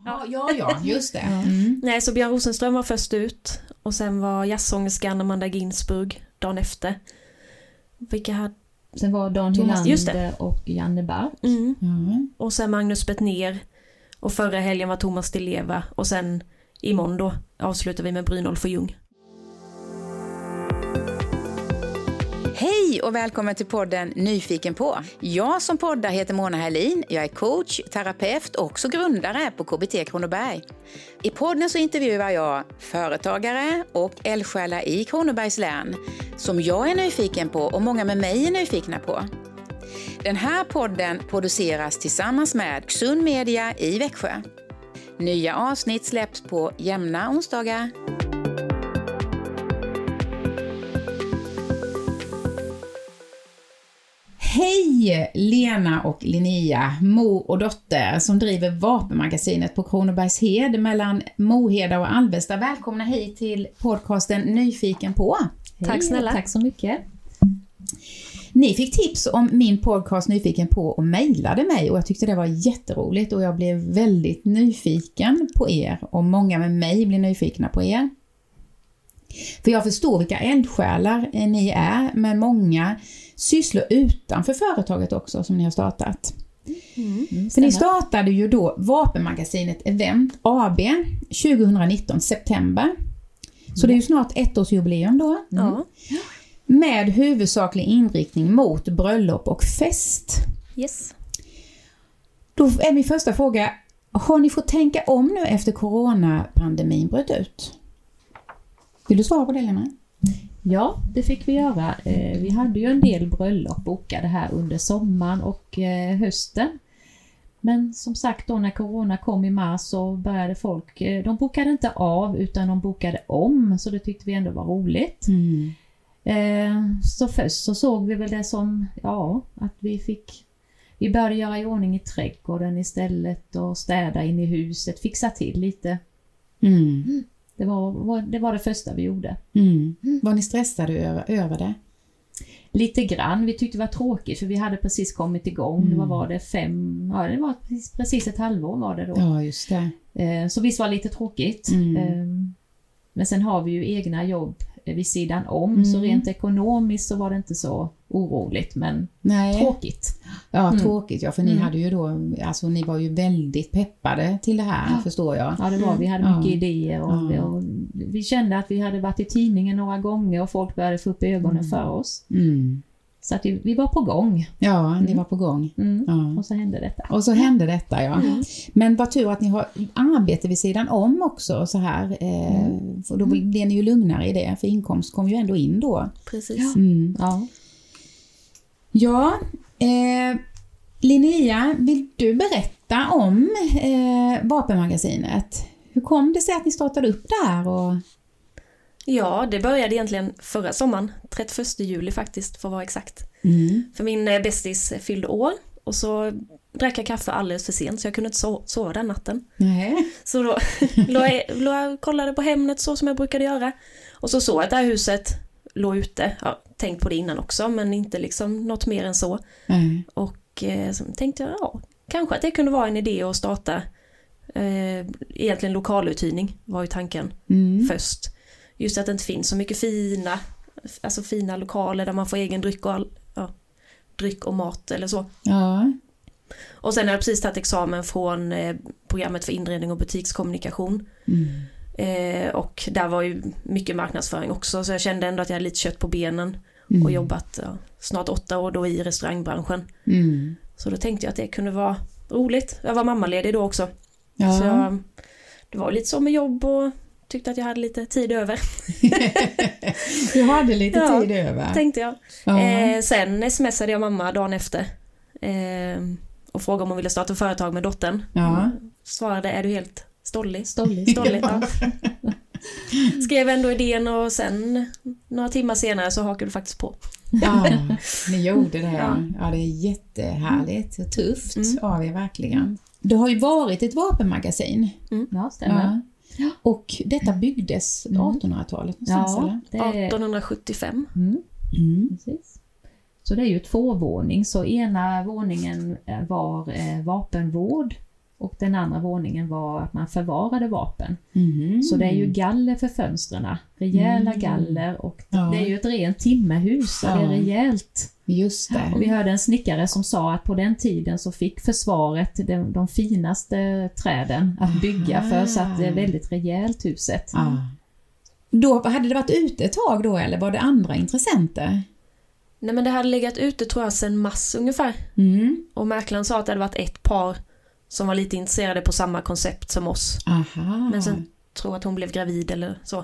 Ja, just det. Nej, så Björn Rosenström var först ut. Och sen var jazzsångerskan Amanda Ginsburg dagen efter. Sen var Dan Hylander och Janne Bark. Och sen Magnus Bettner. Och förra helgen var Thomas Di Leva. Och sen imorgon då avslutar vi med Brynolf och Ljung. Hej och välkommen till podden Nyfiken på. Jag som poddar heter Mona Herlin. Jag är coach, terapeut och också grundare på KBT Kronoberg. I podden så intervjuar jag företagare och eldsjälar i Kronobergs län som jag är nyfiken på och många med mig är nyfikna på. Den här podden produceras tillsammans med Sund Media i Växjö. Nya avsnitt släpps på jämna onsdagar. Hej Lena och Linnea, mor och dotter som driver vapenmagasinet på Kronobergshed mellan Moheda och Alvesta. Välkomna hit till podcasten Nyfiken på. Hej, tack snälla. Tack så mycket. Ni fick tips om min podcast Nyfiken på och mejlade mig och jag tyckte det var jätteroligt och jag blev väldigt nyfiken på er och många med mig blir nyfikna på er. För jag förstår vilka eldsjälar ni är, men många sysslar utanför företaget också som ni har startat. För ni startade ju då vapenmagasinet Event AB 2019 september. Så det är ju snart 1-årsjubileum då. Med huvudsaklig inriktning mot bröllop och fest. Yes. Då är min första fråga, har ni fått tänka om nu efter coronapandemin bröt ut? Vill du svara på det, Lena? Ja, det fick vi göra. Vi hade ju en del bröllop bokade här under sommaren och hösten. Men som sagt då när corona kom i mars så började folk, de bokade inte av utan de bokade om. Så det tyckte vi ändå var roligt. Så först så såg vi väl det som, att vi började göra i ordning i trädgården istället och städa in i huset, fixa till lite. Det var det första vi gjorde. Var ni stressade över det? Lite grann. Vi tyckte det var tråkigt för vi hade precis kommit igång. Det var det var precis ett halvår var det då. Ja, just det. Så visst var det lite tråkigt. Men sen har vi ju egna jobb vid sidan om. Så rent ekonomiskt så var det inte så oroligt, men tråkigt. Ja, tråkigt. Ja, för ni hade ju då, alltså ni var ju väldigt peppade till det här, förstår jag. Ja, det var. Vi hade mycket idéer och vi kände att vi hade varit i tidningen några gånger och folk började få upp ögonen för oss. Så att vi var på gång. Ja, ni var på gång. Ja. Och så hände detta. Ja. Men vad tur att ni har arbete vid sidan om också så här. För då blir ni ju lugnare i det. För inkomst kom ju ändå in då. Precis. Ja. Linnea, vill du berätta om vapenmagasinet? Hur kom det sig att ni startade upp där? Ja, det började egentligen förra sommaren, 31 juli faktiskt för att vara exakt. För min bästis fyllde år och så drack jag kaffe alldeles för sent så jag kunde inte sova den natten. Så då kollade på Hemnet så som jag brukade göra och så såg jag att det här huset låg ute. Jag tänkt på det innan också men inte liksom något mer än så. Och så tänkte jag, kanske att det kunde vara en idé att starta egentligen lokaluthyrning var ju tanken först. Just att det inte finns så mycket fina lokaler där man får egen dryck och mat eller så. Ja. Och sen har jag precis tagit examen från programmet för inredning och butikskommunikation. Och där var ju mycket marknadsföring också. Så jag kände ändå att jag hade lite kött på benen. Och jobbat snart 8 år då i restaurangbranschen. Så då tänkte jag att det kunde vara roligt. Jag var mammaledig då också. Ja. Så det var lite så med jobb och tyckte att jag hade lite tid över. Du hade lite tid över. Tänkte jag. Sen smsade jag mamma dagen efter. Och frågade om hon ville starta företag med dottern. Svarade, är du helt stollig? Stollig, ja. Skrev ändå idén och sen några timmar senare så hakade du faktiskt på. Ja, ni gjorde det. Ja, det är jättehärligt och tufft av er verkligen. Det har ju varit ett vapenmagasin. Ja, stämmer. Ja. Och detta byggdes 1800-talet någonstans, eller? 1875. Precis. Så det är ju 2 våning. Så ena våningen var vapenvård och den andra våningen var att man förvarade vapen. Så det är ju galler för fönstren, rejäla galler, och det är ju ett rent timmerhus, så det är rejält. Just det. Och vi hörde en snickare som sa att på den tiden så fick försvaret de finaste träden att bygga för, så att det är väldigt rejält huset. Då hade det varit ute ett tag då, eller var det andra intressenter? Nej, men det hade legat ute tror jag sedan mars ungefär. Och mäklaren sa att det hade varit ett par som var lite intresserade på samma koncept som oss. Men sen tror jag att hon blev gravid eller så.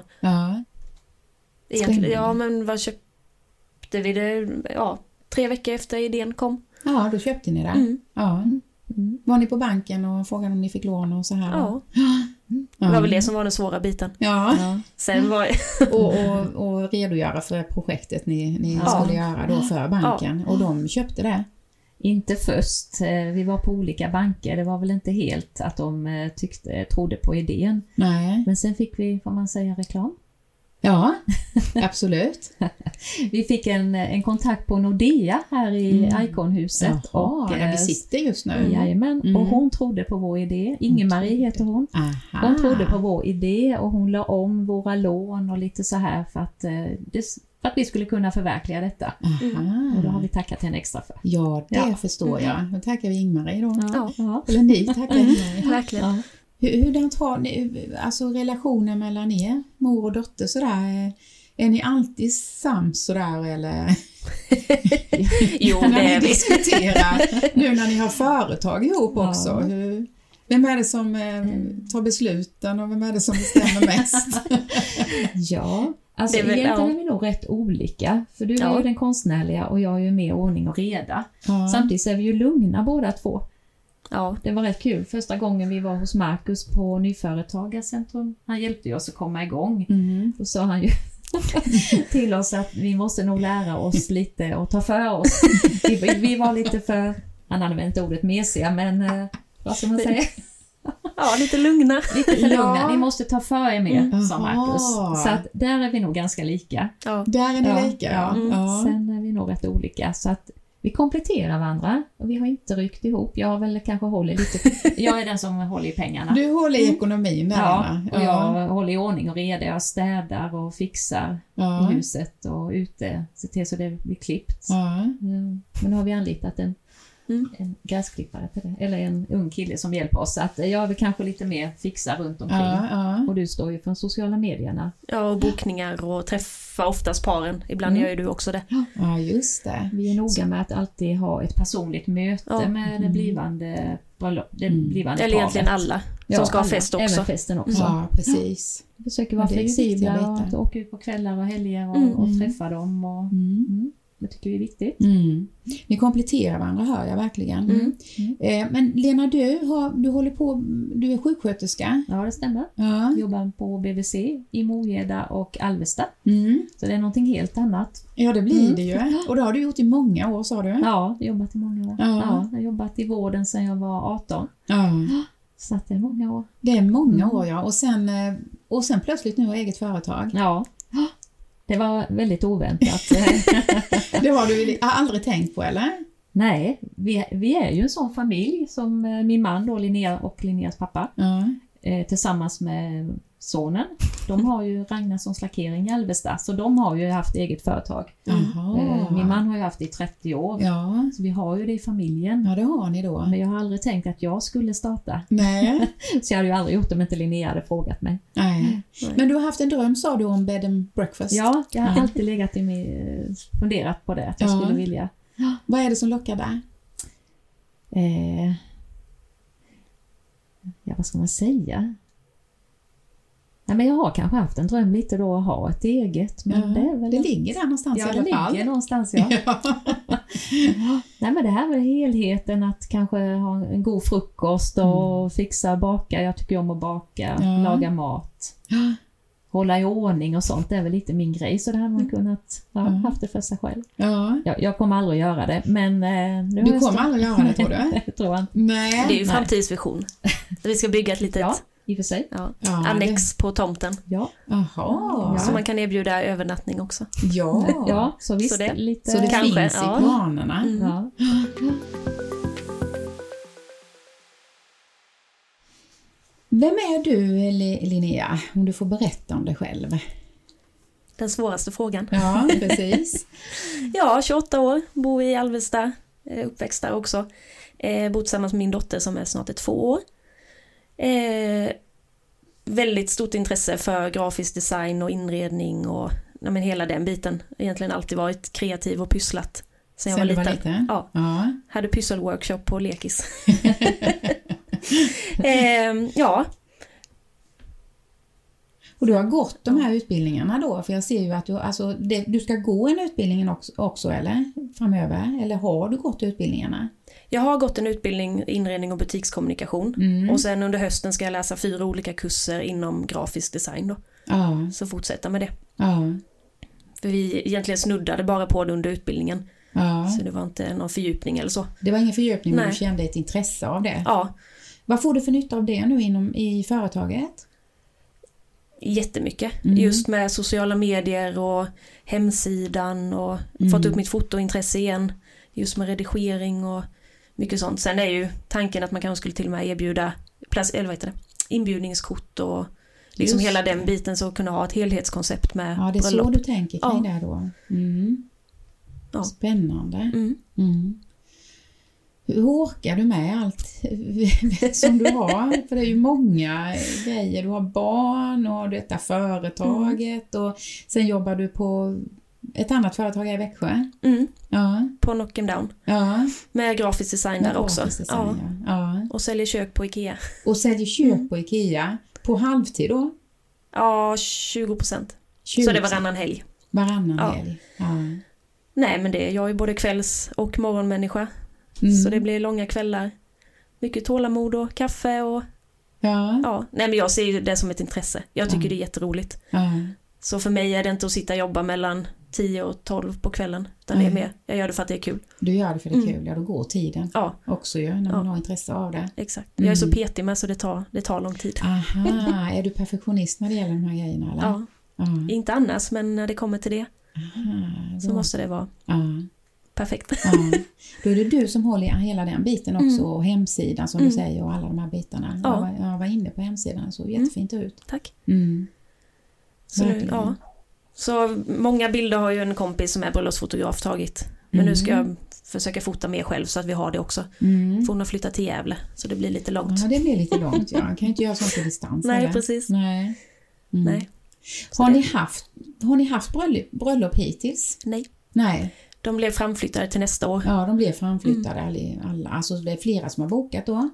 Ja, men vad köpte vi det? Ja, 3 veckor efter idén kom. Ja, då köpte ni det. Var ni på banken och frågade om ni fick lån och så här? Ja. Det var väl det som var den svåra biten. Sen var och redogöra för projektet ni skulle göra då för banken. Och de köpte det. Inte först. Vi var på olika banker. Det var väl inte helt att de trodde på idén. Nej. Men sen fick vi, får man säga, reklam. Ja, absolut. Vi fick en kontakt på Nordea här i Iconhuset. Och där vi sitter just nu. Jajamän, och hon trodde på vår idé. Inge-Marie heter hon. Hon trodde på vår idé och hon la om våra lån och lite så här för att vi skulle kunna förverkliga detta. Och då har vi tackat henne extra för. Ja, det förstår jag. Då tackar vi Inge-Marie då. Ja. Eller ni tackar Inge-Marie. Verkligen. Ja. Hur har ni, alltså relationen mellan er, mor och dotter sådär, är ni alltid sams sådär eller? Jo, när det är ni vi. diskuterar, nu när ni har företag ihop också, vem är det som tar besluten och vem är det som bestämmer mest? Ja, alltså egentligen är vi nog rätt olika, för du är ju den konstnärliga och jag är ju mer ordning och reda. Samtidigt så är vi ju lugna båda två. Ja, det var rätt kul. Första gången vi var hos Marcus på Nyföretagarcentrum, han hjälpte oss att komma igång. Då sa han ju till oss att vi måste nog lära oss lite och ta för oss. Vi var lite för, han hade väl inte ordet mesiga, men vad ska man säga? Ja, lite lugna. Lite för lugna. Ni måste ta för er mer, sa Marcus. Så att där är vi nog ganska lika. Där är ni lika. Sen är vi nog rätt olika. Så att vi kompletterar varandra och vi har inte ryckt ihop. Jag har väl kanske håller lite. Jag är den som håller i pengarna. Du håller i ekonomin där. Ja, och jag håller i ordning och reda. Jag städar och fixar i huset och ute. Se till så det blir klippt. Men nu har vi anlitat en gräsklippare till det. Eller en ung kille som hjälper oss. Så att jag vill kanske lite mer fixa runt omkring. Och du står ju för sociala medierna. Ja, och bokningar och träffa oftast paren. Ibland gör ju du också det. Ja, just det. Vi är noga med att alltid ha ett personligt möte med det blivande eller egentligen alla som ska ha fest också. Även festen också. Ja, precis. Vi försöker vara flexibla och åka ut på kvällar och helger och träffa dem. Och, det tycker vi är viktigt. Ni kompletterar varandra, hör jag verkligen. Men Lena, du håller på, du är sjuksköterska. Ja, det stämmer. Jobbar på BVC i Moheda och Alvesta. Så det är någonting helt annat. Ja, det blir det ju. Och det har du gjort i många år, sa du? Ja, jag har jobbat i många år. Ja, jag har jobbat i vården sedan jag var 18. Så att det är många år. Det är många år, ja. Och sen plötsligt nu har eget företag. Ja. Det var väldigt oväntat. Det har du aldrig tänkt på, eller? Nej, vi är ju en sån familj som min man då, Linnea och Linneas pappa, tillsammans med sonen. De har ju Ragnarssons lackering i Alvesta, så de har ju haft eget företag. Min man har ju haft det i 30 år. Så vi har ju det i familjen. Ja, det har ni då. Men jag har aldrig tänkt att jag skulle starta. Nej. Så jag hade ju aldrig gjort det om inte Linnea hade frågat mig. Nej. Men du har haft en dröm, sa du, om bed and breakfast? Ja, jag har alltid legat funderat på det, att jag skulle vilja. Vad är det som lockar där? Vad ska man säga? Nej, men jag har kanske haft en dröm lite då att ha ett eget. Men det ligger där någonstans i alla fall. Ja, det ligger någonstans, Nej, men det här är helheten, att kanske ha en god frukost och fixa, baka. Jag tycker om att baka, laga mat. Hålla i ordning och sånt, det är väl lite min grej. Så det hade man kunnat haft det för sig själv. Jag kommer aldrig att göra det. Men du kommer aldrig att göra det, tror du? Tror jag inte. Nej. Det är ju framtidsvision. Vi ska bygga ett litet i och för sig. Annex på tomten. Så man kan erbjuda övernattning också. Så visst. Så det, lite, så det kanske, finns i planerna. Vem är du, Linnea, om du får berätta om dig själv? Den svåraste frågan. Ja, precis. Ja, 28 år, bor i Alvesta, uppväxt där också. Bor tillsammans med min dotter som är snart 2 år. Väldigt stort intresse för grafisk design och inredning och men hela den biten. Egentligen alltid varit kreativ och pysslat sen jag var liten. Ja. Hade pysselworkshop på lekis. Ja. Och du har gått de här utbildningarna då? För jag ser ju att du ska gå en utbildning också eller? Framöver? Eller har du gått utbildningarna? Jag har gått en utbildning inredning och butikskommunikation. Och sen under hösten ska jag läsa 4 olika kurser inom grafisk design då. Ja. Så fortsätta med det. Ja. För vi egentligen snuddade bara på det under utbildningen. Ja. Så det var inte någon fördjupning eller så. Det var ingen fördjupning, men du kände ett intresse av det. Ja. Vad får du för nytta av det nu i företaget? Jättemycket. Just med sociala medier och hemsidan och fått upp mitt fotointresse igen. Just med redigering och mycket sånt. Sen är ju tanken att man kanske skulle till och med erbjuda inbjudningskort och liksom hela den biten, så kunna ha ett helhetskoncept med Ja, det är bröllop. så du tänker kring det då. Ja. Spännande. Hur orkar du med allt som du har? För det är ju många grejer. Du har barn och detta företaget och sen jobbar du på ett annat företag här i Växjö. Ja. På Knock 'em Down. Ja. Med grafisk design där också. Design, ja. Och säljer kök på Ikea. Och säljer kök på Ikea. På halvtid då? Ja, 20%. Så det är varannan helg. Varannan helg. Ja. Nej, men det är jag är både kvälls- och morgonmänniska. Så det blir långa kvällar. Mycket tålamod och kaffe och ja. Nej, men jag ser ju det som ett intresse. Jag tycker det är jätteroligt. Så för mig är det inte att sitta och jobba mellan 10 och 12 på kvällen. Utan det är mer, jag gör det för att det är kul. Du gör det för det är kul, då går tiden också ju när man har intresse av det. Exakt, jag är så petig med så det tar lång tid. Aha, är du perfektionist när det gäller de här grejerna eller? Ja, inte annars, men när det kommer till det så måste det vara perfekt. Då är det du som håller i hela den biten också och hemsidan som du säger och alla de här bitarna. Jag var inne på hemsidan, så jättefint ut. Tack. Så många bilder har ju en kompis som är bröllopsfotograf tagit. Men nu ska jag försöka fota mer själv så att vi har det också. För hon har flyttat till Gävle, så det blir lite långt. Ja, det blir lite långt. Jag kan inte göra sånt på distans. Nej, eller? Precis. Nej. Nej. Har ni haft bröllop hittills? Nej. De blev framflyttade till nästa år. Ja, de blev framflyttade alla. Alltså det är flera som har bokat då?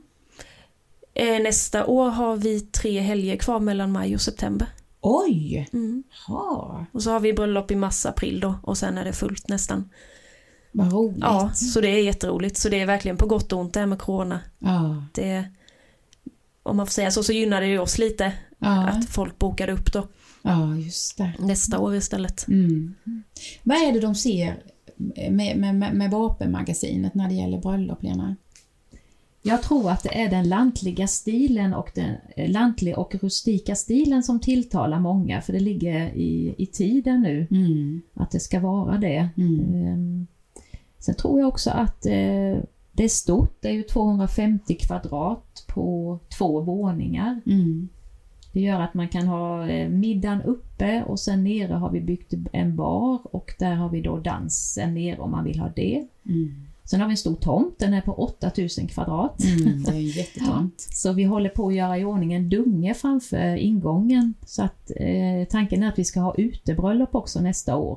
Nästa år har vi 3 helger kvar mellan maj och september. Oj! Och så har vi bröllop i mars-april då. Och sen är det fullt nästan. Vad roligt. Ja, så det är jätteroligt. Så det är verkligen på gott och ont det här med corona. Det, om man får säga så gynnar det ju oss lite. Att folk bokade upp då. Ja, just det. Nästa år istället. Vad är det de ser med vapenmagasinet när det gäller bröllop, Lena? Jag tror att det är den lantliga stilen och den lantliga och rustika stilen som tilltalar många, för det ligger i tiden nu att det ska vara det. Sen tror jag också att det är stort, det är ju 250 kvadrat på 2 våningar. Det gör att man kan ha middagen uppe och sen nere har vi byggt en bar och där har vi då dansen nere om man vill ha det. Sen har vi en stor tomt, den är på 8000 kvadrat. Det är ju jättetomt. Så vi håller på att göra i ordning en dunge framför ingången. Så att tanken är att vi ska ha utebröllop också nästa år.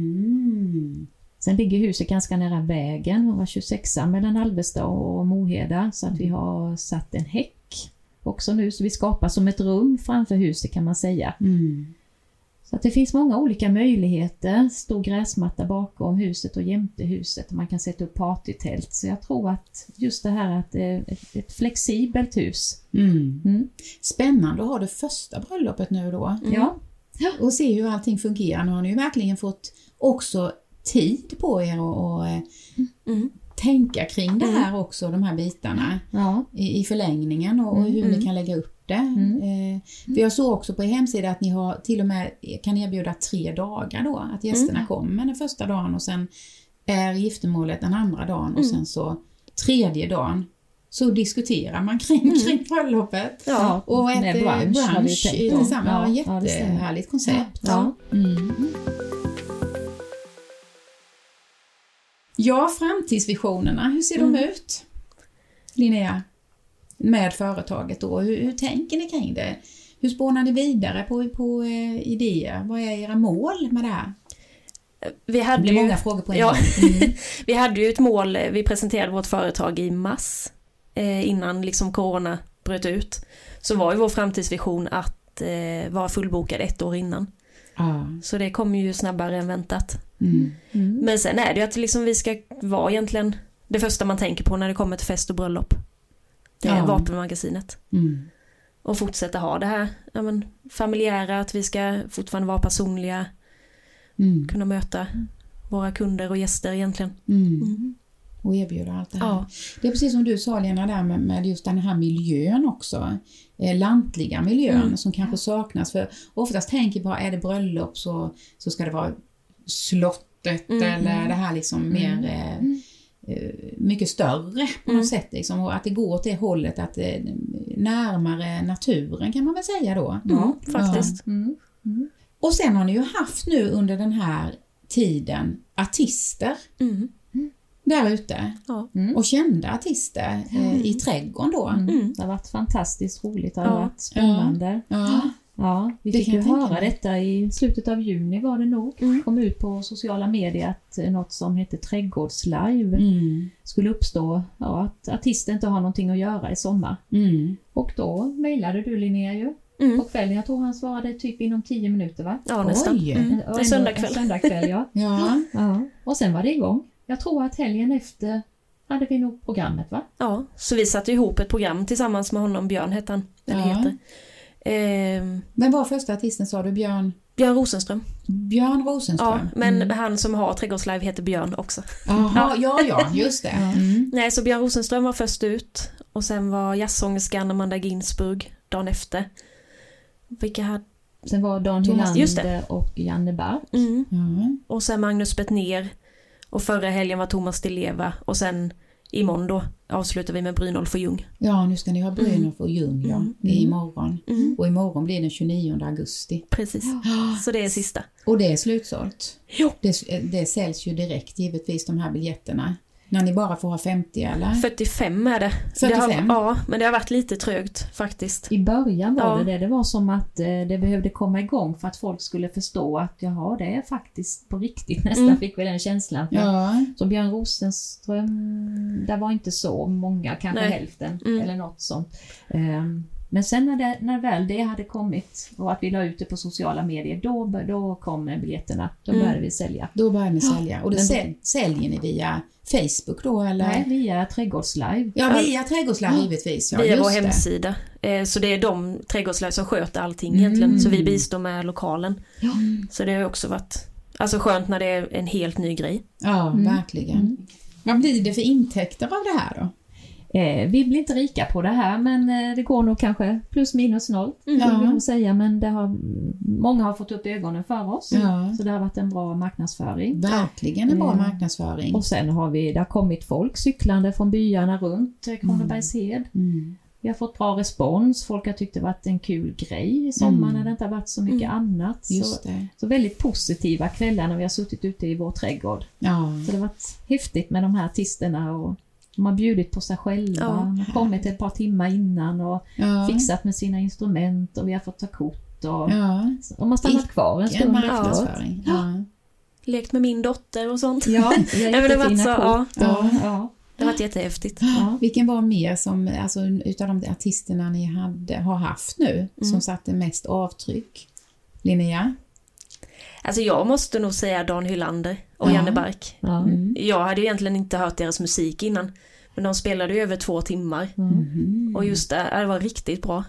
Sen ligger huset ganska nära vägen, 126 mellan Alvesta och Moheda. Så att vi har satt en häck också nu, så vi skapar som ett rum framför huset kan man säga. Så att det finns många olika möjligheter. Stor gräsmatta bakom huset och jämte huset. Man kan sätta upp partytält. Så jag tror att just det här att ett flexibelt hus. Spännande att ha det första bröllopet nu då. Ja. Och se hur allting fungerar. Nu har ni ju verkligen fått också tid på er och tänka kring det här också, de här bitarna i förlängningen och hur ni kan lägga upp det. För jag såg också på er hemsida att ni har till och med kan erbjuda 3 dagar då, att gästerna kommer den första dagen och sen är giftermålet den andra dagen och sen så tredje dagen så diskuterar man kring bröllopet. Ja, Och ett brunch tillsammans. Ja, jättehärligt koncept. Ja. Ja, framtidsvisionerna, hur ser de ut? Linnea, med företaget då, hur tänker ni kring det? Hur spånar ni vidare på idéer? Vad är era mål med det här? Vi hade det blir många frågor på en gång. Vi hade ju ett mål, vi presenterade vårt företag i mars innan liksom corona bröt ut. Så var ju vår framtidsvision att vara fullbokad 1 år innan. Så det kom ju snabbare än väntat. Men sen är det ju att liksom vi ska vara egentligen det första man tänker på när det kommer till fest och bröllop. Det är vapenmagasinet. Och fortsätta ha det här familjära, att vi ska fortfarande vara personliga, kunna möta våra kunder och gäster egentligen. Och erbjuda allt det här. Det är precis som du sa, Lena, där med just den här miljön också. Lantliga miljön som kanske saknas. För oftast tänker bara, är det bröllop så ska det vara slottet eller det här liksom mer mycket större på något sätt. Liksom, och att det går åt det hållet, att närmare naturen kan man väl säga då. Faktiskt. Och sen har ni ju haft nu under den här tiden artister där ute. Och kända artister i trädgården då. Det har varit fantastiskt roligt, det har varit spännande. Ja, vi fick ju höra detta i slutet av juni var det nog. Kom ut på sociala medier att något som heter Trädgårdslive skulle uppstå. Ja, att artister inte har någonting att göra i sommar. Och då mejlade du, Linnea, ju. På kvällen, jag tror han svarade typ inom 10 minuter, va? Ja, nästan. En söndagkväll. En söndagkväll, ja. Och sen var det igång. Jag tror att helgen efter hade vi nog programmet, va? Ja, så vi satte ihop ett program tillsammans med honom, Björn heter han. Eller heter. Men var första artisten, sa du? Björn Rosenström. Björn Rosenström. Ja, men han som har Trädgårdslive heter Björn också. Ja, just det. Nej, så Björn Rosenström var först ut. Och sen var jazzsångerskan Amanda Ginsburg dagen efter. Sen var Dan Hylander och Janne Bark. Och sen Magnus Bettner. Och förra helgen var Thomas Di Leva. Och sen imorgon då avslutar vi med Brynolf och Ljung. Ja, nu ska ni ha Brynolf och Ljung imorgon. Och imorgon blir den 29 augusti. Precis, så det är sista. Och det är slutsålt. Jo. Det säljs ju direkt givetvis, de här biljetterna. När ni bara får ha 50 eller? 45 är det. 45? Men det har varit lite trögt faktiskt. I början var det var som att det behövde komma igång för att folk skulle förstå att det är faktiskt på riktigt, nästan fick vi den känslan. Så Björn Rosenström, där var inte så många, kanske hälften eller något sånt. Men sen när väl det hade kommit och att vi la ut det på sociala medier, då kom biljetterna. Då började vi sälja. Då började ni sälja. Och då säljer ni via Facebook då, eller? Nej, via Trädgårdslive. Ja, via Trädgårdslive givetvis. Ja, via vår hemsida. Så det är de Trädgårdslive som sköter allting egentligen. Så vi bistår med lokalen. Så det har också varit skönt när det är en helt ny grej. Ja, verkligen. Vad blir det för intäkter av det här då? Vi blir inte rika på det här, men det går nog kanske plus minus noll, skulle vi säga, men många har fått upp ögonen för oss, så det har varit en bra marknadsföring. Verkligen en bra marknadsföring. Och sen det har kommit folk cyklande från byarna runt Kronobergshed. Vi har fått bra respons, folk har tyckt det varit en kul grej i sommar när det inte har varit så mycket annat. Så väldigt positiva kvällar när vi har suttit ute i vår trädgård. Så det har varit häftigt med de här artisterna, och de har bjudit på sig själva, de har kommit ett par timmar innan och fixat med sina instrument, och vi har fått ta kort och de har stannat kvar en stund efteråt. Lekt med min dotter och sånt. Ja, det har jättefina kort. Det har varit jättehäftigt. Vilken var mer som, utav de artisterna ni har haft nu, som satte mest avtryck? Linnea? Jag måste nog säga Dan Hylander och Janne Bark. Jag hade egentligen inte hört deras musik innan, men de spelade ju över 2 timmar. Och just det var riktigt bra.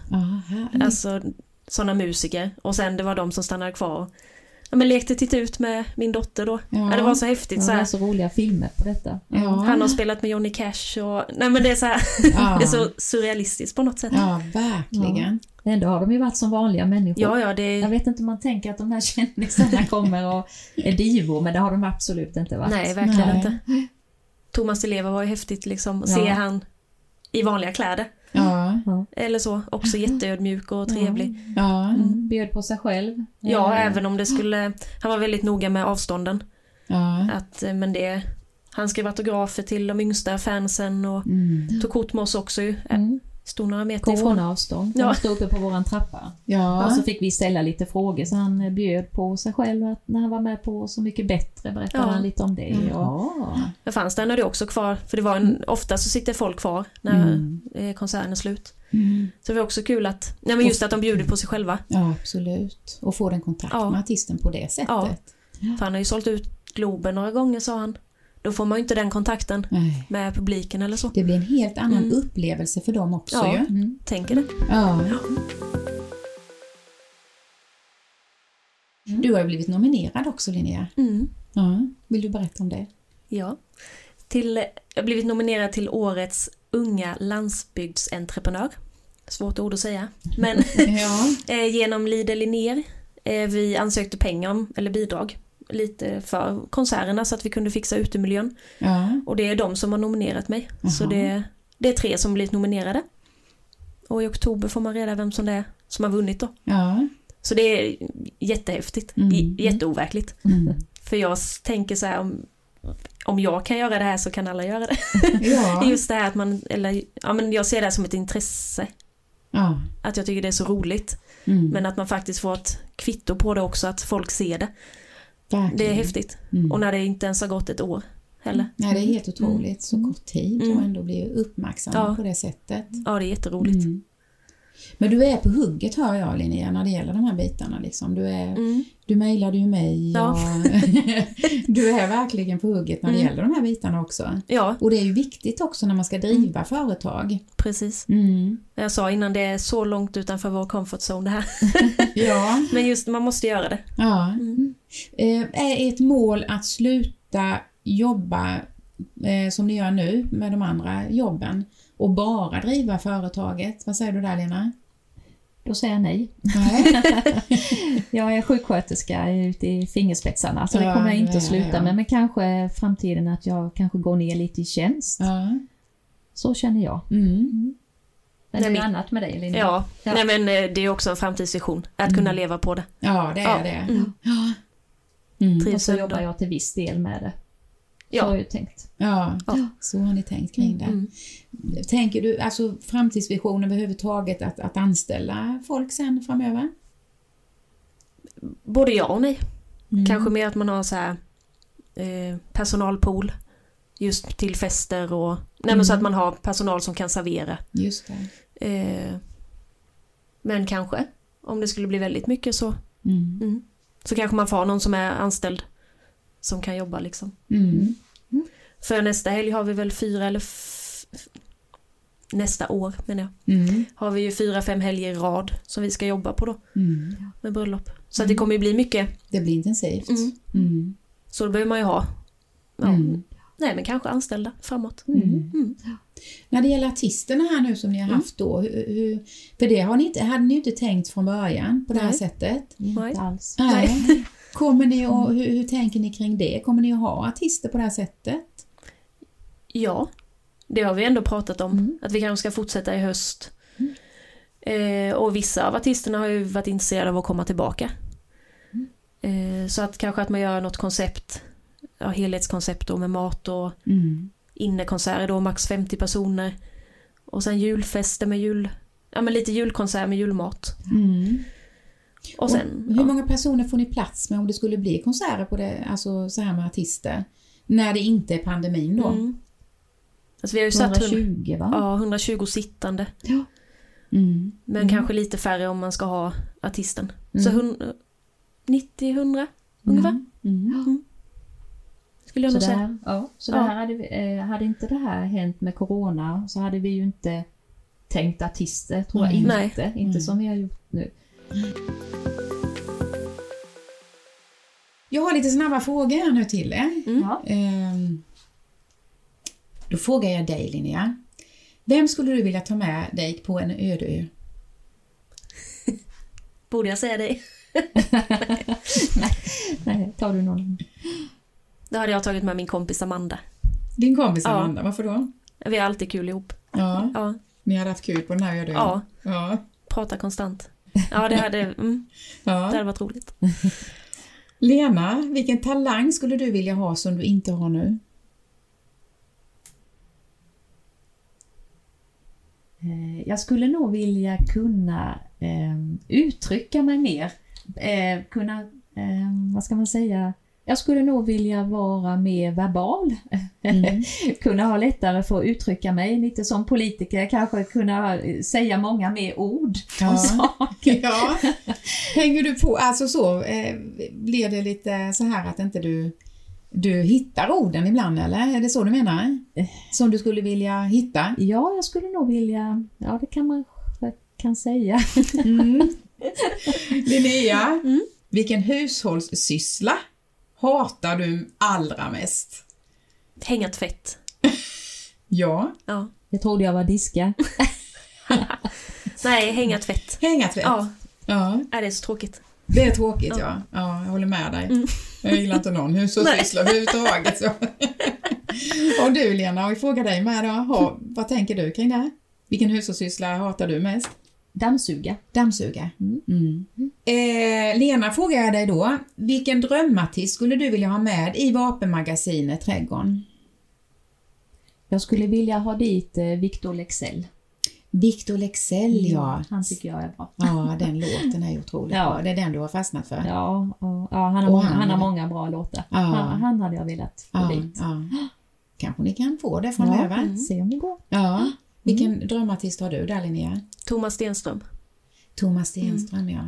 Sådana musiker. Och sen det var de som stannade kvar. Men lekte titta ut med min dotter då. Det var så häftigt. Det var så roliga filmer på detta. Han har spelat med Johnny Cash. Men det är så här, det är så surrealistiskt på något sätt. Ja, verkligen. Ändå har de ju varit som vanliga människor. Jag vet inte om man tänker att de här kändisarna kommer och är divor, men det har de absolut inte varit. Nej, verkligen inte. Thomas Di Leva var ju häftigt liksom. Se han i vanliga kläder. Ja. Eller så, också jätteödmjuk och trevlig. Ja. Bjöd på sig själv. Ja, även om det skulle... Han var väldigt noga med avstånden. Ja. Men han skrev autografer till de yngsta fansen och tog kort med oss också ju. Stod några meter ifrån. Coronaavstånd. Han stod uppe på våran trappa. Ja. Och så fick vi ställa lite frågor, så han bjöd på sig själv att när han var med på Så mycket bättre berättade han lite om det. Jag fanns där när det också kvar, för det var ofta så sitter folk kvar när konserten är slut. Så det var också kul att, men just att de bjuder på sig själva. Ja, absolut. Och få den kontakt med artisten på det sättet. Ja. För han har ju sålt ut Globen några gånger, sa han. Då får man ju inte den kontakten med publiken eller så. Det blir en helt annan upplevelse för dem också ju. Tänker det. Ja. Du har ju blivit nominerad också, Linnea. Ja. Vill du berätta om det? Ja. Jag har blivit nominerad till årets unga landsbygdsentreprenör. Svårt ord att säga. Men genom Lidl Linnér. Vi ansökte pengar eller bidrag lite för konserterna så att vi kunde fixa utemiljön. Ja. Och det är de som har nominerat mig. Så det är 3 som blivit nominerade. Och i oktober får man reda vem som det är som har vunnit då. Ja. Så det är jättehäftigt. Jätteoverkligt. För jag tänker så här, om jag kan göra det här så kan alla göra det. Ja. Just det här att men jag ser det som ett intresse. Ja. Att jag tycker det är så roligt. Men att man faktiskt får ett kvitto på det också, att folk ser det. Verkligen. Det är häftigt. Och när det inte ens har gått ett år heller. Nej, det är helt otroligt. Så kort tid och ändå blir uppmärksamma på det sättet. Ja, det är jätteroligt. Men du är på hugget, hör jag, Linnea, när det gäller de här bitarna. Liksom. Du mejlade ju mig. Ja. Du är verkligen på hugget när det gäller de här bitarna också. Ja. Och det är ju viktigt också när man ska driva företag. Precis. Jag sa innan, det är så långt utanför vår comfort zone det här. Ja. Men just man måste göra det. Ja. Är ett mål att sluta jobba som ni gör nu med de andra jobben och bara driva företaget? Vad säger du där, Lena? Då säger jag nej. Jag är sjuksköterska ute i fingerspetsarna, så det kommer jag inte att sluta med. Men kanske framtiden att jag kanske går ner lite i tjänst. Ja. Så känner jag. Men det är annat med dig, Linda. Ja. Nej, men det är också en framtidsvision att kunna leva på det. Ja, det är det. Och så jobbar jag till viss del med det. Så har jag tänkt. Ja, så har ni tänkt kring det. Tänker du, alltså framtidsvisionen överhuvudtaget att anställa folk sen framöver? Både ja och nej. Kanske mer att man har så här personalpool just till fester och så att man har personal som kan servera. Just det. Men kanske om det skulle bli väldigt mycket så så kanske man får någon som är anställd som kan jobba liksom. För nästa helg har vi väl 4 eller nästa år menar jag. Har vi ju 4-5 helger i rad som vi ska jobba på då. Med bröllop. Så att det kommer ju bli mycket. Det blir intensivt. Så då behöver man ju ha nej, men kanske anställda framåt. När det gäller artisterna här nu som ni har haft då, för det hade ni ju inte tänkt från början på det här sättet. Nej. Alls. Nej. Kommer ni och hur tänker ni kring det? Kommer ni att ha artister på det här sättet? Ja, det har vi ändå pratat om. Att vi kanske ska fortsätta i höst. Och vissa av artisterna har ju varit intresserade av att komma tillbaka. Så att kanske att man gör något koncept, helhetskoncept då med mat och innekonserter då, max 50 personer. Och sen julfester med lite julkonsert med julmat. Och sen, hur många personer får ni plats med om det skulle bli konserter på det, alltså så här med artister, när det inte är pandemin då? Alltså vi har ju 120 va? Ja, 120 sittande. Ja. Men kanske lite färre om man ska ha artisten. Så 90-100 ungefär. Skulle jag nog säga. Så det här hade inte det här hänt med corona så hade vi ju inte tänkt artister, tror jag inte. Inte som vi har gjort nu. Jag har lite snabba frågor här nu till er. Då frågar jag dig, Linnea. Vem skulle du vilja ta med dig på en öde ö? Borde jag säga dig? Nej, tar du någon? Då hade jag tagit med min kompis Amanda. Din kompis Amanda, varför då? Vi har alltid kul ihop. Ja. Ja. Ni hade haft kul på den här övningen? Ja. Prata konstant. Ja, det hade varit roligt. Lena, vilken talang skulle du vilja ha som du inte har nu? Jag skulle nog vilja kunna uttrycka mig mer. Vad ska man säga? Jag skulle nog vilja vara mer verbal. Kunna ha lättare för att uttrycka mig. Lite som politiker, kanske kunna säga många mer ord om saker. Ja. Hänger du på, alltså så, blir det lite så här att inte du hittar orden ibland, eller? Är det så du menar? Som du skulle vilja hitta? Ja, jag skulle nog vilja, ja det kan man kan säga. Linnea, vilken hushållssyssla hatar du allra mest? Hänga tvätt. Ja. Jag trodde jag var diska. Nej, hänga tvätt. Hänga tvätt? Ja. Det är så tråkigt. Det är tråkigt, ja. Ja, jag håller med dig. Jag gillar inte någon hushållssyssla överhuvudtaget. Så. Och du Lena, vi frågar dig med då. Vad tänker du kring det här? Vilken hushållssyssla hatar du mest? Dammsuga. Lena, frågar jag dig då. Vilken drömartist skulle du vilja ha med i vapenmagasinet Trädgården? Jag skulle vilja ha dit Victor Leksell. Victor Leksell, ja. Han tycker jag är bra. Ja, den låten är otroligt bra. Det är den du har fastnat för. Ja, han har många bra låtar. Ja. Han hade jag velat få dit. Ja. Kanske ni kan få det framöver. Se om det går. Ja. Vilken drömartist har du där, Linnea? Thomas Stenström. Ja.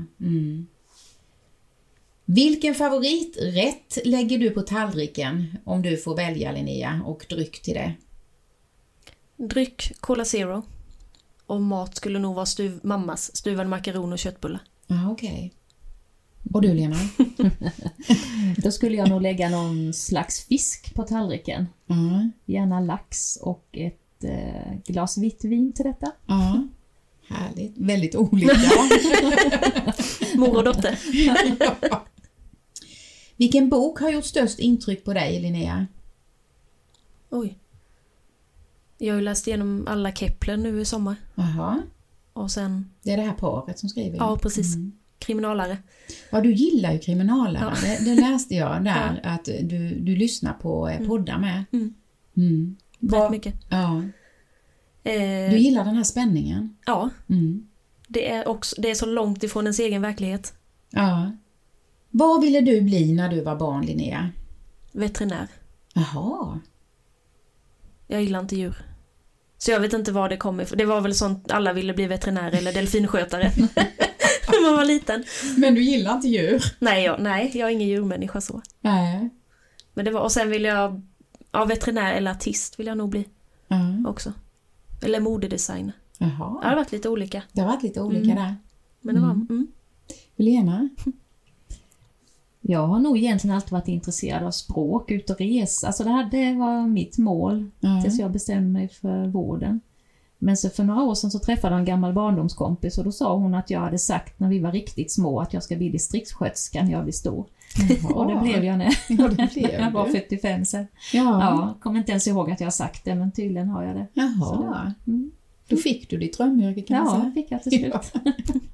Vilken favoriträtt lägger du på tallriken om du får välja, Linnea, och dryck till det? Dryck, Cola Zero. Och mat skulle nog vara mammas stuvade makaron och köttbullar. Ja, okej. Och du, Lena? Då skulle jag nog lägga någon slags fisk på tallriken. Gärna lax och ett glas vitt vin till detta. Ja, härligt. Väldigt olika. Mor och dotter. Ja. Vilken bok har gjort störst intryck på dig, Linnea? Oj. Jag har ju läst igenom alla Kepler nu i sommar. Jaha. Och sen... Det är det här paret som skriver. Ja, precis. Kriminalare. Ja, du gillar ju kriminalare. Ja. Det läste jag där, att du lyssnar på poddar med. Rätt mycket. Ja. Du gillar den här spänningen? Ja. Det är så långt ifrån ens egen verklighet. Ja. Vad ville du bli när du var barn, Linnea? Veterinär. Jaha. Jag gillar inte djur. Så jag vet inte vad det kommer ifrån. Det var väl sånt alla ville bli veterinär eller delfinskötare. När man var liten. Men du gillar inte djur? Nej, jag är ingen djurmänniska så. Nej. Men det var, och sen vill jag veterinär eller artist vill jag nog bli också. Eller modedesigner. Jaha. Det har varit lite olika. Det har varit lite olika där. Men det var... Lena? Jag har nog egentligen alltid varit intresserad av språk, ut och resa. Alltså det var mitt mål tills jag bestämde mig för vården. Men så för några år sedan så träffade jag en gammal barndomskompis och då sa hon att jag hade sagt när vi var riktigt små att jag ska bli distriktssköterska när jag blir stor. Och det blev jag när jag var 45 sen. Ja, kommer inte ens ihåg att jag har sagt det, men tydligen har jag det. Jaha. Då fick du ditt drömyrke kan man säga. Ja, fick jag till slut. Ja.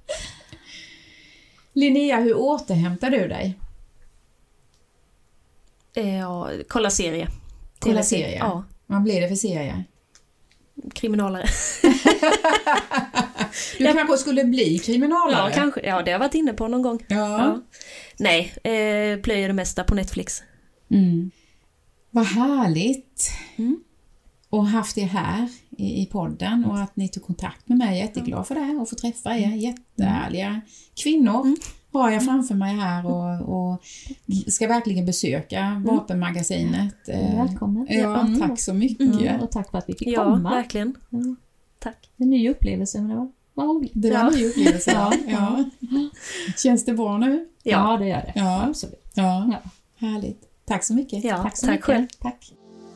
Linnea, hur återhämtar du dig? Kolla serie. Kolla serie? Ja. Vad blir det för serie? Kriminalare. Du kanske skulle bli kriminalare? Ja, kanske. Ja, det har jag varit inne på någon gång. Ja. Nej, plöjer det mesta på Netflix. Vad härligt. Och haft er här i podden och att ni tog kontakt med mig. Jag är jätteglad för det och få träffa er. Jättehärliga kvinnor har jag framför mig här och ska verkligen besöka Vapenmagasinet. Välkommen. Ja, tack så mycket. Och tack för att vi fick komma. Ja, verkligen. Tack. En ny upplevelse, men det var roligt. Det var en ny upplevelse. Ja. Känns det bra nu? Ja, det gör det. Ja. Absolut. Ja. Härligt. Tack så mycket. Ja, tack så tack mycket. själv. Tack.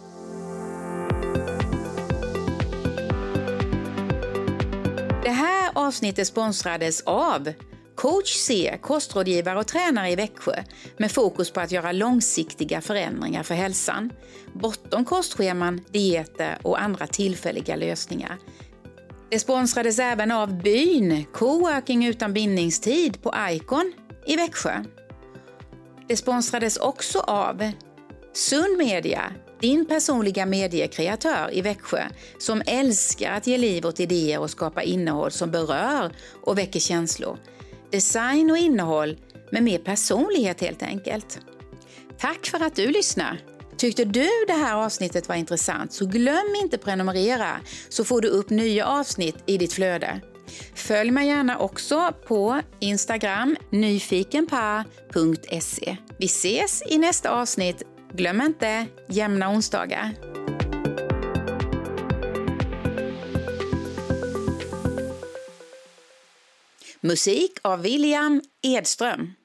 Det här avsnittet sponsrades av Coach C, kostrådgivare och tränare i Växjö med fokus på att göra långsiktiga förändringar för hälsan. Bortom kostscheman, dieter och andra tillfälliga lösningar. Det sponsrades även av Byn, coworking utan bindningstid på Icon i Växjö. Det sponsrades också av Sund Media, din personliga mediekreatör i Växjö som älskar att ge liv åt idéer och skapa innehåll som berör och väcker känslor. Design och innehåll med mer personlighet helt enkelt. Tack för att du lyssnar. Tyckte du det här avsnittet var intressant så glöm inte prenumerera så får du upp nya avsnitt i ditt flöde. Följ mig gärna också på Instagram nyfikenpa.se. Vi ses i nästa avsnitt. Glöm inte jämna onsdagar. Musik av William Edström.